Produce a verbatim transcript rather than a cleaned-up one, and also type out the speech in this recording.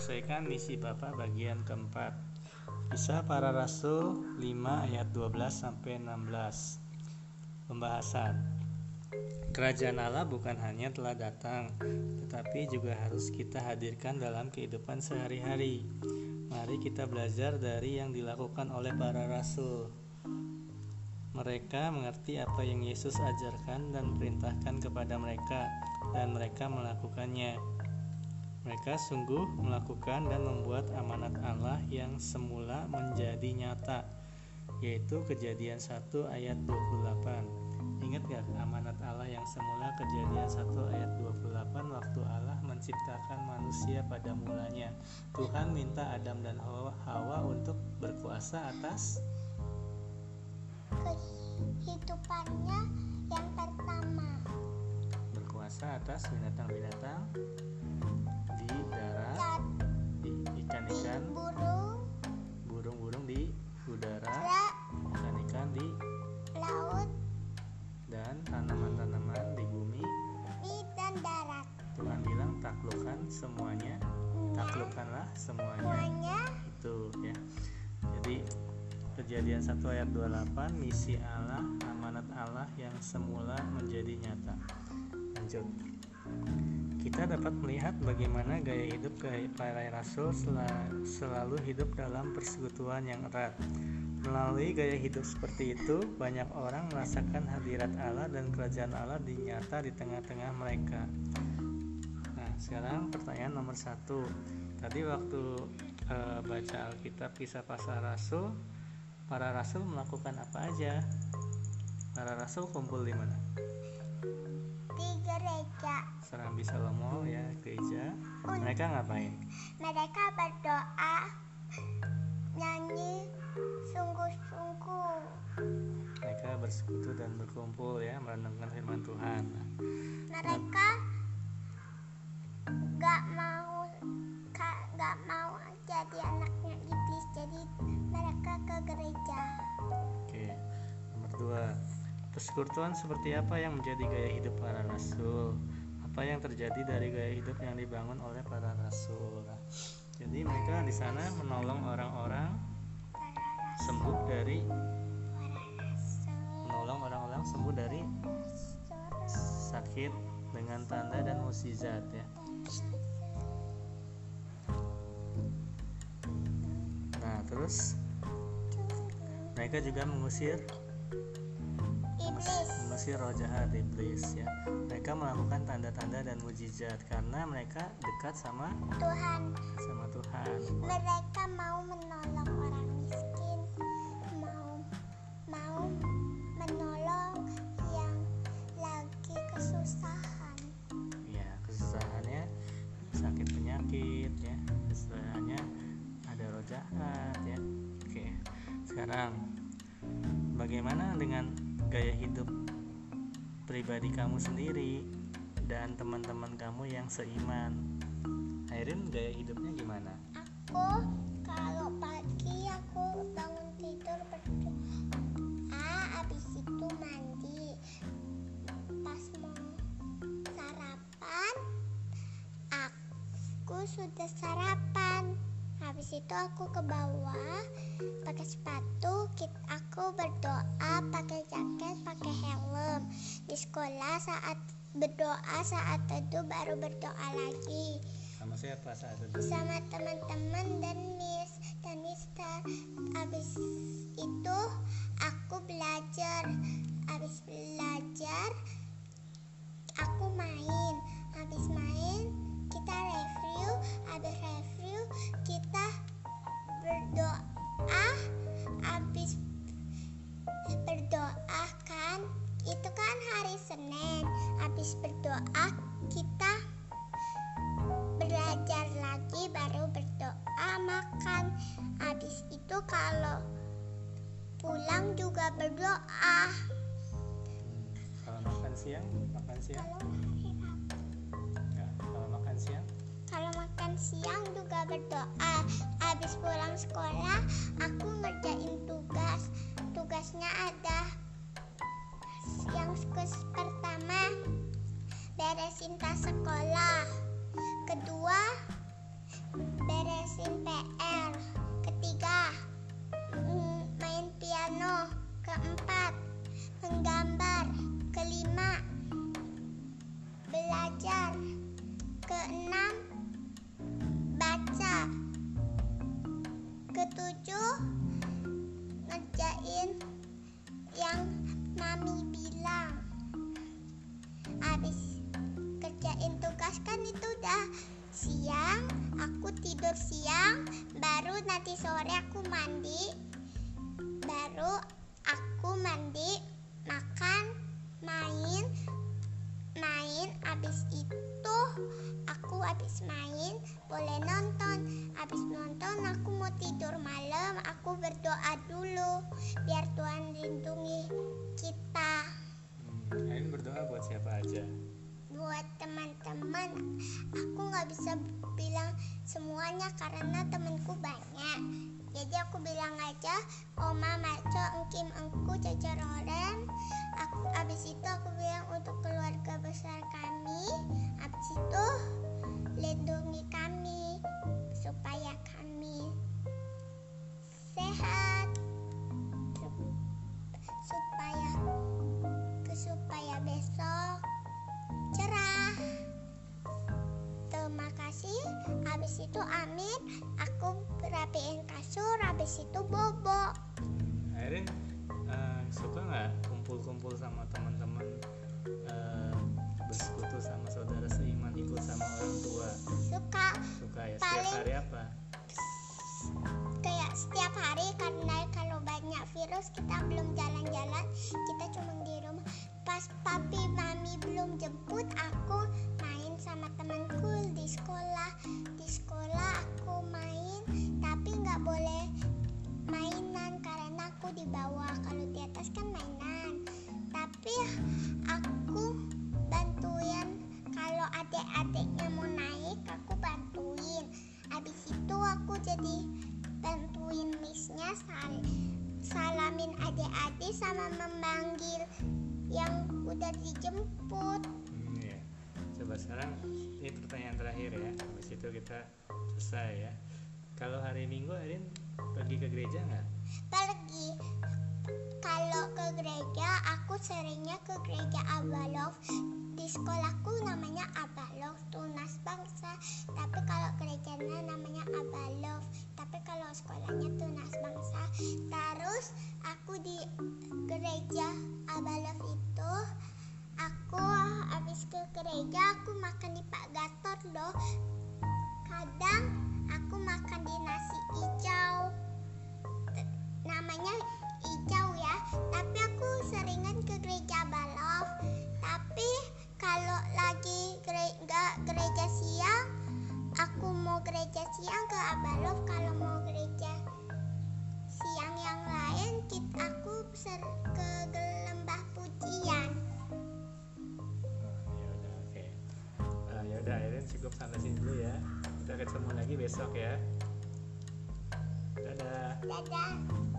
menyelesaikan misi Bapa bagian keempat. Kisah Para Rasul lima ayat dua belas sampai enam belas. Pembahasan. Kerajaan Allah bukan hanya telah datang, tetapi juga harus kita hadirkan dalam kehidupan sehari-hari. Mari kita belajar dari yang dilakukan oleh para rasul. Mereka mengerti apa yang Yesus ajarkan dan perintahkan kepada mereka, dan mereka melakukannya. Mereka sungguh melakukan dan membuat amanat Allah yang semula menjadi nyata, yaitu Kejadian satu ayat dua puluh delapan. Ingat gak amanat Allah yang semula? Kejadian satu ayat dua puluh delapan, waktu Allah menciptakan manusia pada mulanya, Tuhan minta Adam dan Hawa, Hawa untuk berkuasa atas kehidupannya yang pertama, berkuasa atas binatang-binatang di darat, di ikan-ikan, burung, burung-burung di udara, ra, ikan-ikan di laut, dan tanaman-tanaman di bumi, di dan darat. Tuhan bilang taklukkan semuanya, taklukkanlah semuanya. Semuanya Itu ya. Jadi Kejadian satu ayat dua puluh delapan, misi Allah, amanat Allah yang semula menjadi nyata. Lanjut. Kita dapat melihat bagaimana gaya hidup para rasul selalu hidup dalam persekutuan yang erat. Melalui gaya hidup seperti itu, banyak orang merasakan hadirat Allah dan kerajaan Allah dinyata di tengah-tengah mereka. Nah, sekarang pertanyaan nomor satu. Tadi waktu e, baca Alkitab kisah para rasul, para rasul melakukan apa aja? Para rasul kumpul di mana? di gereja. Serambi Salomo ya, gereja. Mereka ngapain? Mereka berdoa, nyanyi sungguh-sungguh. Mereka bersekutu dan berkumpul ya, merenungkan firman Tuhan. Mereka gak mau gak mau jadi anaknya iblis, jadi mereka ke gereja. Oke, nomor dua. Persekutuan seperti apa yang menjadi gaya hidup para rasul? Apa yang terjadi dari gaya hidup yang dibangun oleh para rasul? Nah, jadi mereka di sana menolong orang-orang sembuh dari menolong orang-orang sembuh dari sakit dengan tanda dan mukjizat ya. Nah, terus mereka juga mengusir Iblis. mengusir roh jahat, iblis ya. Mereka melakukan tanda-tanda dan mukjizat karena mereka dekat sama Tuhan. sama Tuhan. Mereka mau menolong orang miskin, mau mau menolong yang lagi kesusahan. Ya, kesusahannya sakit penyakit ya, kesusahannya ada roh jahat ya. Oke, sekarang bagaimana dengan gaya hidup pribadi kamu sendiri dan teman-teman kamu yang seiman? Airin gaya hidupnya gimana? Aku kalau pagi aku bangun tidur berdoa, habis itu mandi. Pas mau sarapan, aku sudah sarapan. Habis itu aku ke bawah pakai sepatu, aku berdoa pakai jaket, pakai helm. Di sekolah saat berdoa, saat teduh baru berdoa lagi. Sama siapa saat itu? Sama teman-teman dan Miss dan Mister. Habis itu aku belajar. Habis belajar aku main. Habis main kita review. Habis review kita berdoa. Habis berdoa kan, itu kan hari Senin. Habis berdoa kita belajar lagi, baru berdoa, makan. Habis itu kalau pulang juga berdoa. Kalau makan siang, makan siang? Kalau hari Rabu, Enggak. Kalau makan siang? kalau makan siang juga berdoa. Habis pulang sekolah aku ngerjain tugas. Tugasnya ada yang pertama beresin tas sekolah, kedua beresin P R. Ketiga, mm, main piano. Keempat, menggambar. Kelima, belajar. Keenam, baca. Ketujuh, ngerjain yang mami bilang. Habis kerjain tugas kan itu udah siang, aku tidur siang, baru nanti sore aku mandi, baru aku mandi, makan, main, main, habis itu aku habis main boleh nonton, habis nonton aku mau tidur malam, aku berdoa dulu biar Tuhan lindungi kita. Hmm, Ain berdoa buat siapa aja? Buat teman-teman, aku nggak bisa bilang semuanya karena temanku banyak. Jadi aku bilang aja Oma, Maco, Engkim, Engku, Caca, Roren. Aku, abis itu aku bilang untuk keluarga besar kami. Abis itu lindungi kami supaya kami sehat, supaya supaya besok cerah. Terima kasih. Habis itu amin, aku rapiin kasur, habis itu bobo. Airin uh, suka nggak kumpul-kumpul sama teman-teman, uh, bersekutu sama saudara seiman, ikut sama orang tua? Suka. Suka ya. Setiap Paling- hari apa? Kayak setiap hari, karena kalau banyak virus kita belum jalan-jalan, kita cuma di rumah. Pas papi mami belum jemput, aku main sama temanku di sekolah. Di sekolah aku main, tapi nggak boleh mainan karena aku di bawah. Kalau di atas kan mainan. Tapi aku bantuin kalau adik-adiknya mau naik, aku bantuin. Habis itu aku jadi bantuin missnya sal salamin adik-adik sama memanggil yang udah dijemput. Hmm, ya. Coba sekarang ini pertanyaan terakhir ya. Habis itu kita selesai ya. Kalau hari Minggu Airin pergi ke gereja nggak? Pergi. Kalau ke gereja, aku seringnya ke gereja Abalov. Di sekolahku namanya Abalov, Tunas Bangsa. Tapi kalau gerejanya namanya Abalov. Tapi kalau sekolahnya Tunas Bangsa. Terus aku di gereja Abalov itu, aku habis ke gereja aku makan di Pak Gatot loh. Kadang aku makan di nasi hijau. Namanya hijau ya, tapi aku seringan ke gereja Balov. Tapi kalau lagi gereja, gereja siang, aku mau gereja siang ke Abalov. Kalau mau gereja siang yang lain, kita aku ser, ke lembah pujian. Oh, ya udah, oke. Uh, ya udah, Airin cukup sampai sini dulu ya. Kita ketemu lagi besok ya. Dadah. Dadah.